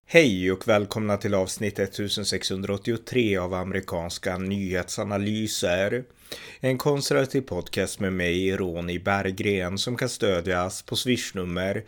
Hej och välkomna till avsnitt 1683 av amerikanska nyhetsanalyser. En konservativ podcast med mig, Ronny Berggren, som kan stödjas på swishnummer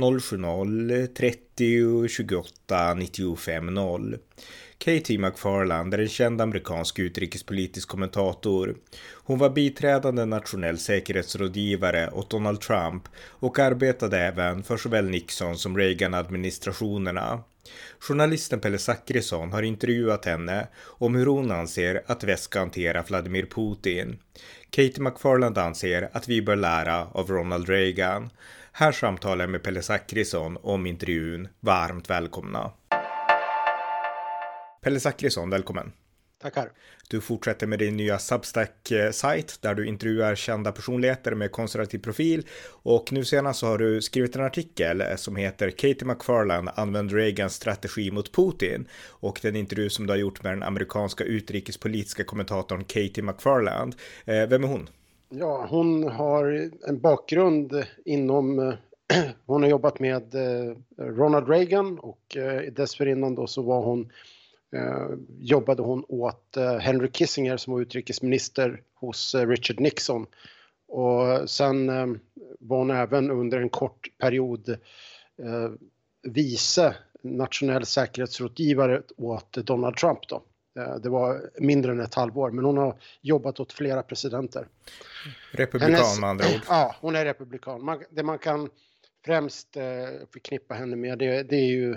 070-30 28 95 0. Katie McFarland är en känd amerikansk utrikespolitisk kommentator. Hon var biträdande nationell säkerhetsrådgivare åt Donald Trump och arbetade även för såväl Nixon som Reagan-administrationerna. Journalisten Pelle Zackrisson har intervjuat henne om hur hon anser att väst ska hantera Vladimir Putin. Katie McFarland anser att vi bör lära av Ronald Reagan. Här samtalar jag med Pelle Zackrisson om intervjun. Varmt välkomna. Pelle Zackrisson, välkommen. Tackar. Du fortsätter med din nya Substack-sajt där du intervjuar kända personligheter med konservativ profil, och nu senast så har du skrivit en artikel som heter Katie McFarland använder Reagans strategi mot Putin, och den intervju som du har gjort med den amerikanska utrikespolitiska kommentatorn Katie McFarland. Vem är hon? Ja, hon har en bakgrund inom, hon har jobbat med Ronald Reagan och dessförinnan då så var jobbade hon åt Henry Kissinger som var utrikesminister hos Richard Nixon. Och sen var hon även under en kort period vice nationell säkerhetsrådgivare åt Donald Trump då. Det var mindre än ett halvår, men hon har jobbat åt flera presidenter. Republikan med andra ord. Ja, hon är republikan. Det man kan främst förknippa henne med det är ju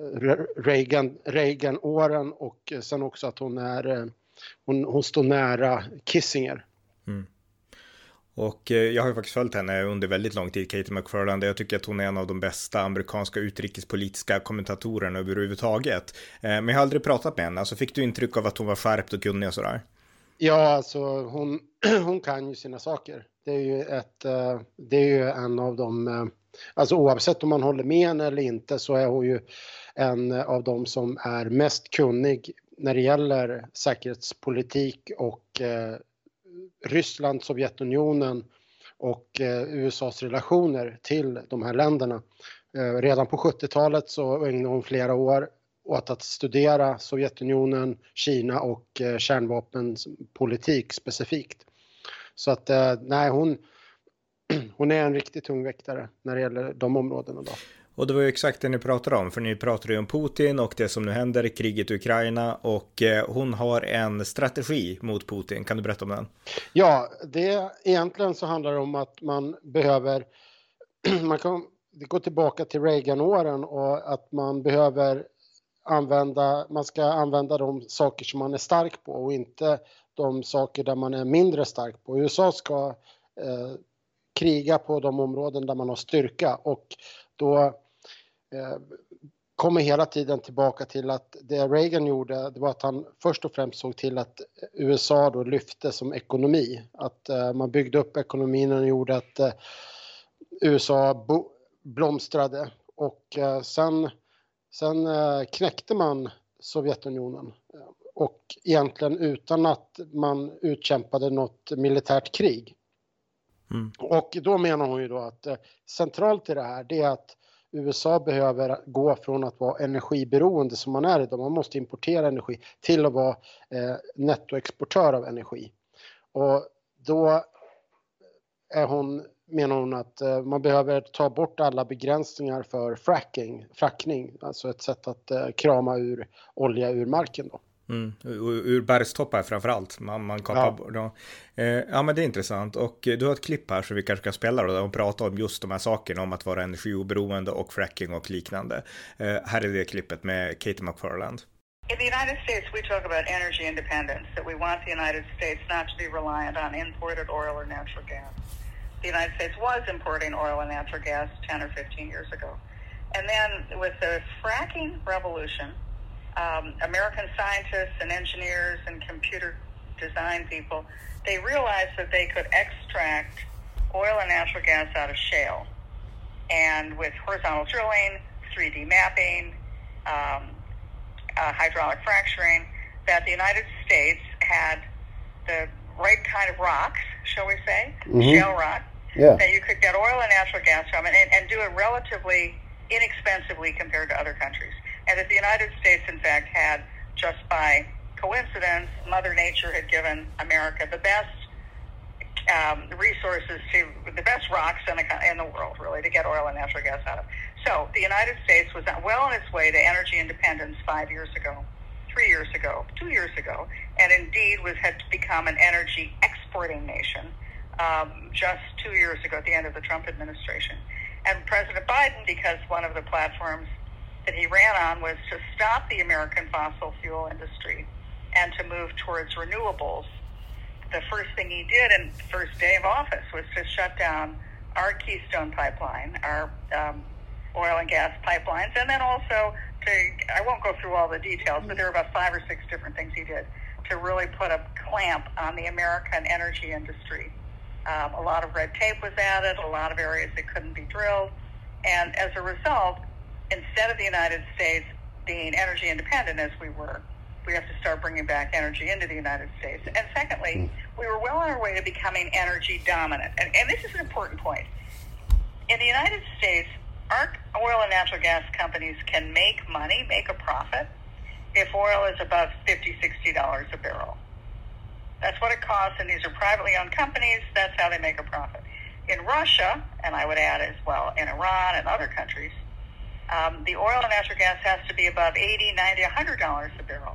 Reagan-åren och sen också att hon står nära Kissinger. Mm. Och jag har ju faktiskt följt henne under väldigt lång tid, Katie McFarland. Jag tycker att hon är en av de bästa amerikanska utrikespolitiska kommentatorerna överhuvudtaget. Men jag har aldrig pratat med henne. Alltså, fick du intryck av att hon var skärpt och kunnig och sådär? Ja, alltså hon kan ju sina saker. Det är ju en av de... Alltså oavsett om man håller med henne eller inte så är hon ju en av de som är mest kunnig när det gäller säkerhetspolitik och Ryssland, Sovjetunionen och USAs relationer till de här länderna. Redan på 70-talet så ägnade hon flera år åt att studera Sovjetunionen, Kina och kärnvapenpolitik specifikt. Så att nej, hon är en riktigt tungväktare när det gäller de områdena då. Och det var ju exakt det ni pratade om, för ni pratade ju om Putin och det som nu händer, kriget i Ukraina, och hon har en strategi mot Putin. Kan du berätta om den? Ja, egentligen så handlar det om att man behöver, det går tillbaka till Reagan-åren och att man ska använda de saker som man är stark på och inte de saker där man är mindre stark på. USA ska kriga på de områden där man har styrka, och då kommer hela tiden tillbaka till att det Reagan gjorde, det var att han först och främst såg till att USA då lyfte som ekonomi. Att man byggde upp ekonomin och gjorde att USA blomstrade, och sen knäckte man Sovjetunionen, och egentligen utan att man utkämpade något militärt krig. Mm. Och då menar hon ju då att centralt i det här, det är att USA behöver gå från att vara energiberoende som man är idag, man måste importera energi, till att vara nettoexportör av energi. Och då menar hon att man behöver ta bort alla begränsningar för frackning, alltså ett sätt att krama ur olja ur marken då. Mm, ur bergstoppar framförallt. Man kapar ja, men det är intressant. Och du har ett klipp här som vi kanske ska spela då, där de pratar om just de här sakerna, om att vara energioberoende och fracking och liknande. Här är det klippet med Katie McFarland. In the United States, we talk about energy independence, that we want the United States not to be reliant on imported oil or natural gas. The United States was importing oil and natural gas 10 or 15 years ago. And then with the fracking revolution, American scientists and engineers and computer design people, they realized that they could extract oil and natural gas out of shale. And with horizontal drilling, 3D mapping, hydraulic fracturing, that the United States had the right kind of rocks, shall we say, shale rock, that you could get oil and natural gas from, and do it relatively inexpensively compared to other countries. and that the United States, in fact, had, just by coincidence, Mother Nature had given America the best resources to the best rocks in the world, really, to get oil and natural gas out of. So the United States was well on its way to energy independence 5 years ago, 3 years ago, 2 years ago, and indeed had become an energy exporting nation just 2 years ago at the end of the Trump administration. And President Biden, because one of the platforms that he ran on was to stop the American fossil fuel industry and to move towards renewables, the first thing he did in the first day of office was to shut down our Keystone pipeline, our oil and gas pipelines, and then also I won't go through all the details, but there were about 5 or 6 different things he did to really put a clamp on the American energy industry. A lot of red tape was added, a lot of areas that couldn't be drilled, and as a result, instead of the United States being energy independent as we were, we have to start bringing back energy into the United States. And secondly, we were well on our way to becoming energy dominant. And this is an important point. In the United States, our oil and natural gas companies can make money, make a profit, if oil is above $50, $60 a barrel. That's what it costs, and these are privately owned companies. That's how they make a profit. In Russia, and I would add as well in Iran and other countries, the oil and natural gas has to be above $80, $90, $100 a barrel.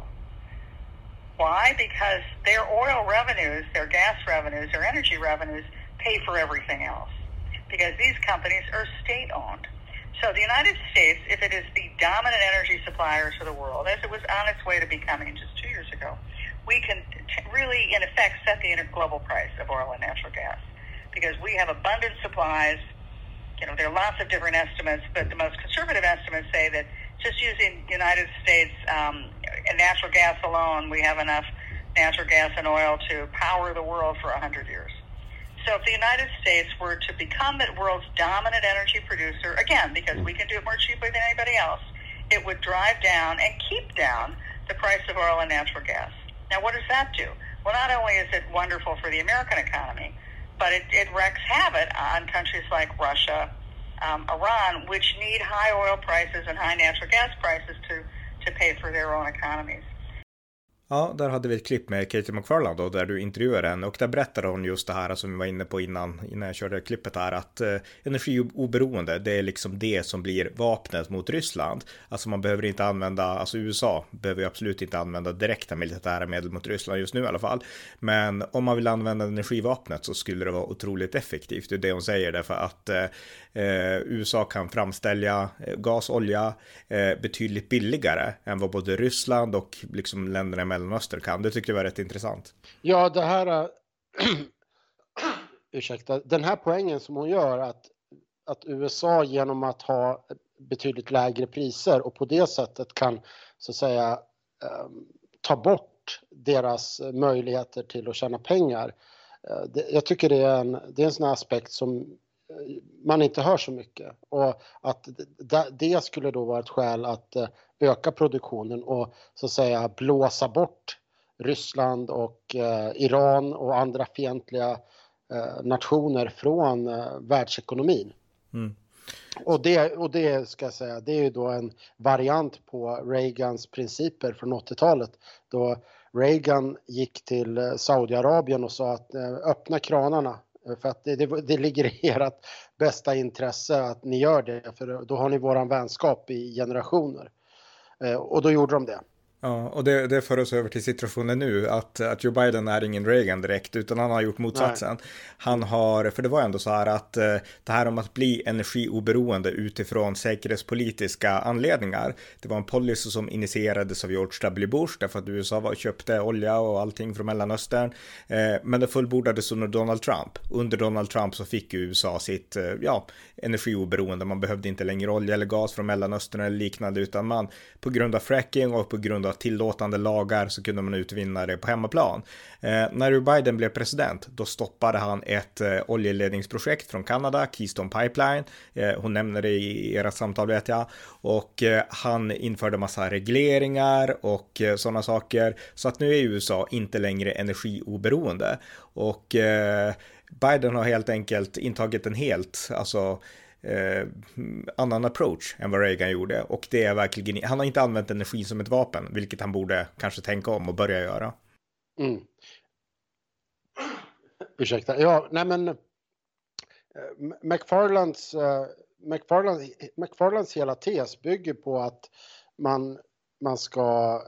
Why? Because their oil revenues, their gas revenues, their energy revenues pay for everything else. Because these companies are state-owned. So the United States, if it is the dominant energy supplier to the world, as it was on its way to becoming just 2 years ago, we can really, in effect, set the global price of oil and natural gas. Because we have abundant supplies. There are lots of different estimates, but the most conservative estimates say that just using United States natural gas alone, we have enough natural gas and oil to power the world for 100 years. So if the United States were to become the world's dominant energy producer, again, because we can do it more cheaply than anybody else, it would drive down and keep down the price of oil and natural gas. Now, what does that do? Well, not only is it wonderful for the American economy, but it wreaks havoc on countries like Russia, Iran, which need high oil prices and high natural gas prices to pay for their own economies. Ja, där hade vi ett klipp med Katie McFarland då, där du intervjuar henne, och där berättade hon just det här som vi var inne på innan jag körde klippet här, att energioberoende, det är liksom det som blir vapnet mot Ryssland. Alltså man behöver inte använda, alltså USA behöver ju absolut inte använda direkta militära medel mot Ryssland just nu i alla fall, men om man vill använda energivapnet så skulle det vara otroligt effektivt. Det är det hon säger, därför att USA kan framställa gas, olja betydligt billigare än vad både Ryssland och liksom länderna i Mellanöstern kan. Det tyckte jag var rätt intressant. Ja, det här ursäkta, den här poängen som hon gör, att USA genom att ha betydligt lägre priser och på det sättet kan så att säga ta bort deras möjligheter till att tjäna pengar. Jag tycker det är en sån här aspekt som man inte hör så mycket, och att det skulle då vara ett skäl att öka produktionen och så att säga blåsa bort Ryssland och Iran och andra fientliga nationer från världsekonomin. Och det ska jag säga, det är ju då en variant på Reagans principer från 80-talet, då Reagan gick till Saudiarabien och sa att öppna kranarna, för att det ligger i ert bästa intresse att ni gör det, för då har ni våran vänskap i generationer. Och då gjorde de det. Ja, och det för oss över till situationen nu, att Joe Biden är ingen Reagan direkt, utan han har gjort motsatsen. Nej. Han har, för det var ändå så här att det här om att bli energioberoende utifrån säkerhetspolitiska anledningar, det var en policy som initierades av George W. Bush, därför att USA köpte olja och allting från Mellanöstern, men det fullbordades under Donald Trump. Under Donald Trump så fick ju USA sitt energioberoende. Man behövde inte längre olja eller gas från Mellanöstern eller liknande, utan man på grund av fracking och på grund av tillåtande lagar så kunde man utvinna det på hemmaplan. När Joe Biden blev president, då stoppade han ett oljeledningsprojekt från Kanada, Keystone Pipeline. Hon nämner det i era samtal, vet jag. Och han införde massa regleringar och sådana saker. Så att nu är USA inte längre energioberoende. Och Biden har helt enkelt intagit en helt, alltså annan approach än vad Reagan gjorde. Och det är verkligen, han har inte använt energi som ett vapen, vilket han borde kanske tänka om och börja göra. Ursäkta. Ja, nej men McFarlands hela tes bygger på att man ska...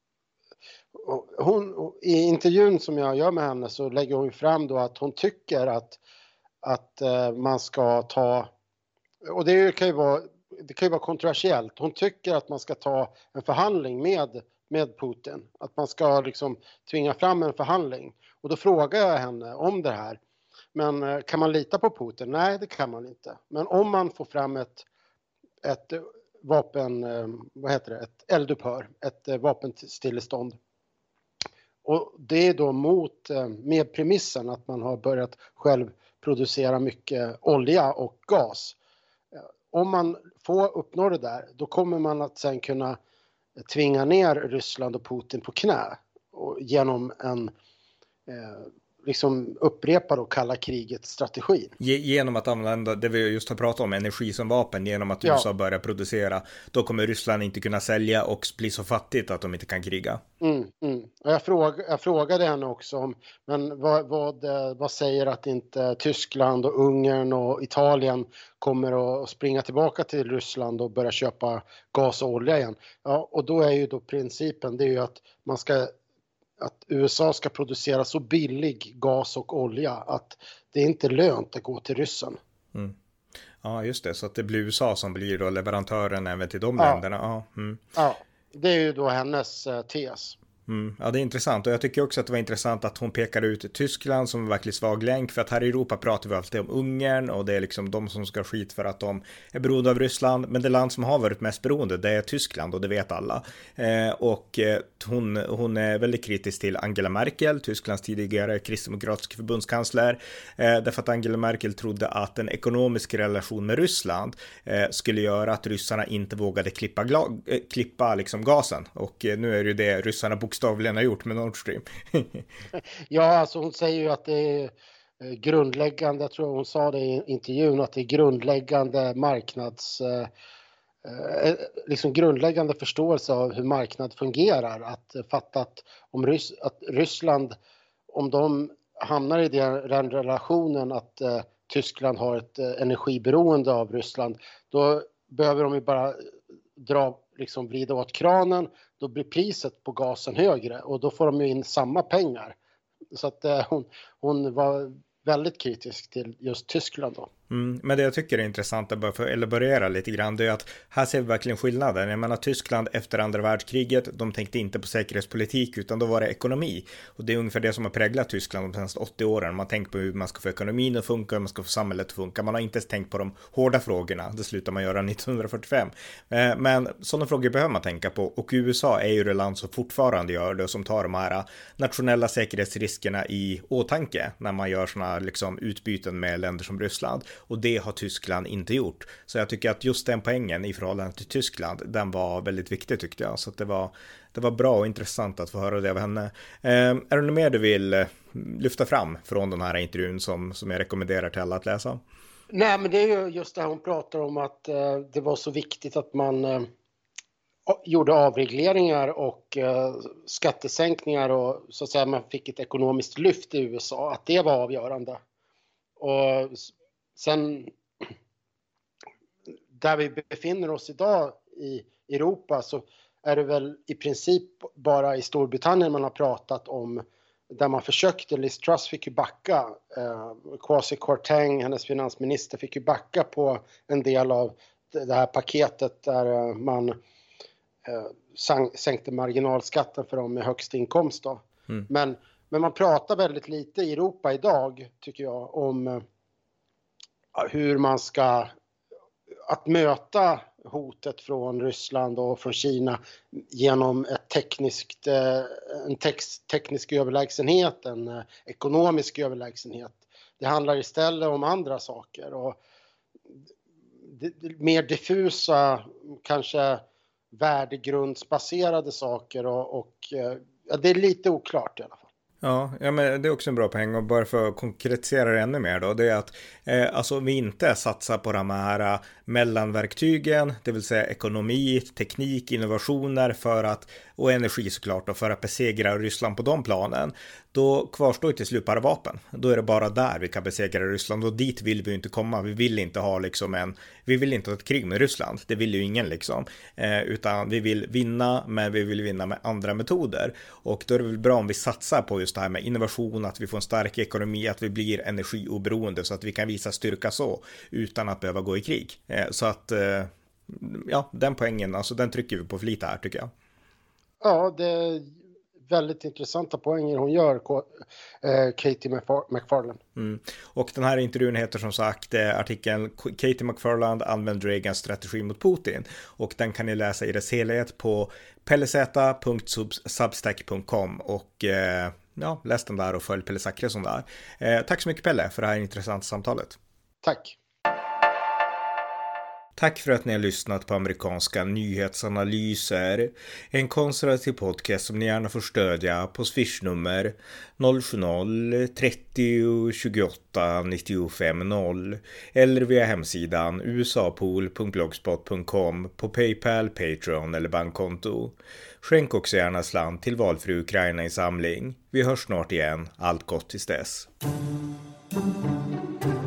I intervjun som jag gör med henne så lägger hon fram då att hon tycker att man ska ta... Och det kan ju vara kontroversiellt. Hon tycker att man ska ta en förhandling med Putin. Att man ska liksom tvinga fram en förhandling. Och då frågar jag henne om det här. Men kan man lita på Putin? Nej, det kan man inte. Men om man får fram ett vapen, ett eldupphör, ett vapenstillestånd. Och det är då med premissen att man har börjat själv producera mycket olja och gas. Om man får uppnå det där, då kommer man att sen kunna tvinga ner Ryssland och Putin på knä och genom en liksom upprepad och kalla krigets strategi. Genom att använda det vi just har pratat om, energi som vapen, genom att USA börjar producera, då kommer Ryssland inte kunna sälja och bli så fattigt att de inte kan kriga. Och jag frågade henne också om, men vad säger att inte Tyskland och Ungern och Italien kommer att springa tillbaka till Ryssland och börja köpa gas och olja igen? Ja, och då är ju då principen, det är ju att att USA ska producera så billig gas och olja att det är inte lönt att gå till Ryssen. Ja, just det. Så att det blir USA som blir då leverantören även till de länderna. Ja, det är ju då hennes tes. Ja, det är intressant, och jag tycker också att det var intressant att hon pekade ut Tyskland som en verkligen svag länk, för att här i Europa pratar vi alltid om Ungern och det är liksom de som ska skit för att de är beroende av Ryssland, men det land som har varit mest beroende, det är Tyskland, och det vet alla. Hon är väldigt kritisk till Angela Merkel, Tysklands tidigare kristdemokratiska förbundskansler, därför att Angela Merkel trodde att en ekonomisk relation med Ryssland skulle göra att ryssarna inte vågade klippa liksom gasen, och nu är det ju det ryssarna bokstavligen har gjort med Nord Stream. Ja, alltså hon säger ju att det är grundläggande, jag tror hon sa det i intervjun, att det är grundläggande liksom grundläggande förståelse av hur marknad fungerar. Att fatta att att Ryssland, om de hamnar i den relationen att Tyskland har ett energiberoende av Ryssland, då behöver de ju bara vrida åt kranen, då blir priset på gasen högre och då får de ju in samma pengar. Så att hon var väldigt kritisk till just Tyskland då. Men det jag tycker är intressant att bara elaborera lite grann, det är att här ser vi verkligen skillnaden. Jag menar, Tyskland efter andra världskriget, de tänkte inte på säkerhetspolitik utan då var det ekonomi. Och det är ungefär det som har präglat Tyskland de senaste 80 åren. Man tänker på hur man ska få ekonomin att funka, hur man ska få samhället att funka. Man har inte ens tänkt på de hårda frågorna, det slutar man göra 1945. Men sådana frågor behöver man tänka på, och USA är ju det land som fortfarande gör det och som tar de här nationella säkerhetsriskerna i åtanke när man gör sådana liksom utbyten med länder som Ryssland. Och det har Tyskland inte gjort. Så jag tycker att just den poängen i förhållande till Tyskland, den var väldigt viktig tyckte jag. Så att det var bra och intressant att få höra det av henne. Är det något mer du vill lyfta fram från den här intervjun som jag rekommenderar till alla att läsa? Nej, men det är ju just det hon pratar om, att det var så viktigt att man gjorde avregleringar och skattesänkningar, och så att säga man fick ett ekonomiskt lyft i USA, att det var avgörande. Och sen där vi befinner oss idag i Europa, så är det väl i princip bara i Storbritannien man har pratat om, där man försökte, Liz Truss fick ju backa, Kwasi Kwarteng, hennes finansminister, fick ju backa på en del av det här paketet där man sänkte marginalskatten för dem med högst inkomst då. Men man pratar väldigt lite i Europa idag, tycker jag, om hur man ska att möta hotet från Ryssland och från Kina genom en teknisk överlägsenhet, en ekonomisk överlägsenhet. Det handlar istället om andra saker, och mer diffusa, kanske värdegrundsbaserade saker, och det är lite oklart i alla fall. Ja, men det är också en bra poäng, och bara för att konkretisera det ännu mer då, det är att alltså vi inte satsar på de här mellanverktygen, det vill säga ekonomi, teknik, innovationer och energi såklart då, för att besegra Ryssland på de planen. Då kvarstår till slut bara vapen. Då är det bara där vi kan besegra Ryssland, och dit vill vi inte komma. Vi vill inte ha vi vill inte ha ett krig med Ryssland. Det vill ju ingen liksom. Utan vi vill vinna, men vi vill vinna med andra metoder. Och då är det väl bra om vi satsar på just det här med innovation, att vi får en stark ekonomi, att vi blir energioberoende så att vi kan visa styrka så utan att behöva gå i krig. Så att ja, den poängen, alltså den trycker vi på för lite här tycker jag. Ja, det är väldigt intressanta poänger hon gör, Katie McFarland. Och den här intervjun heter som sagt artikeln Katie McFarland använder Reagans strategi mot Putin, och den kan ni läsa i dess helhet på pellez.substack.com, och ja, läs den där och följ Pelle Zackrisson där. Tack så mycket Pelle för det här intressanta samtalet. Tack. Tack för att ni har lyssnat på amerikanska nyhetsanalyser. En konservativ podcast som ni gärna får stödja på Swish-nummer 070-30 28 95 0 eller via hemsidan usapool.blogspot.com, på PayPal, Patreon eller bankkonto. Skänk också gärna slant till valfri Ukraina-insamling. Vi hörs snart igen. Allt gott tills dess.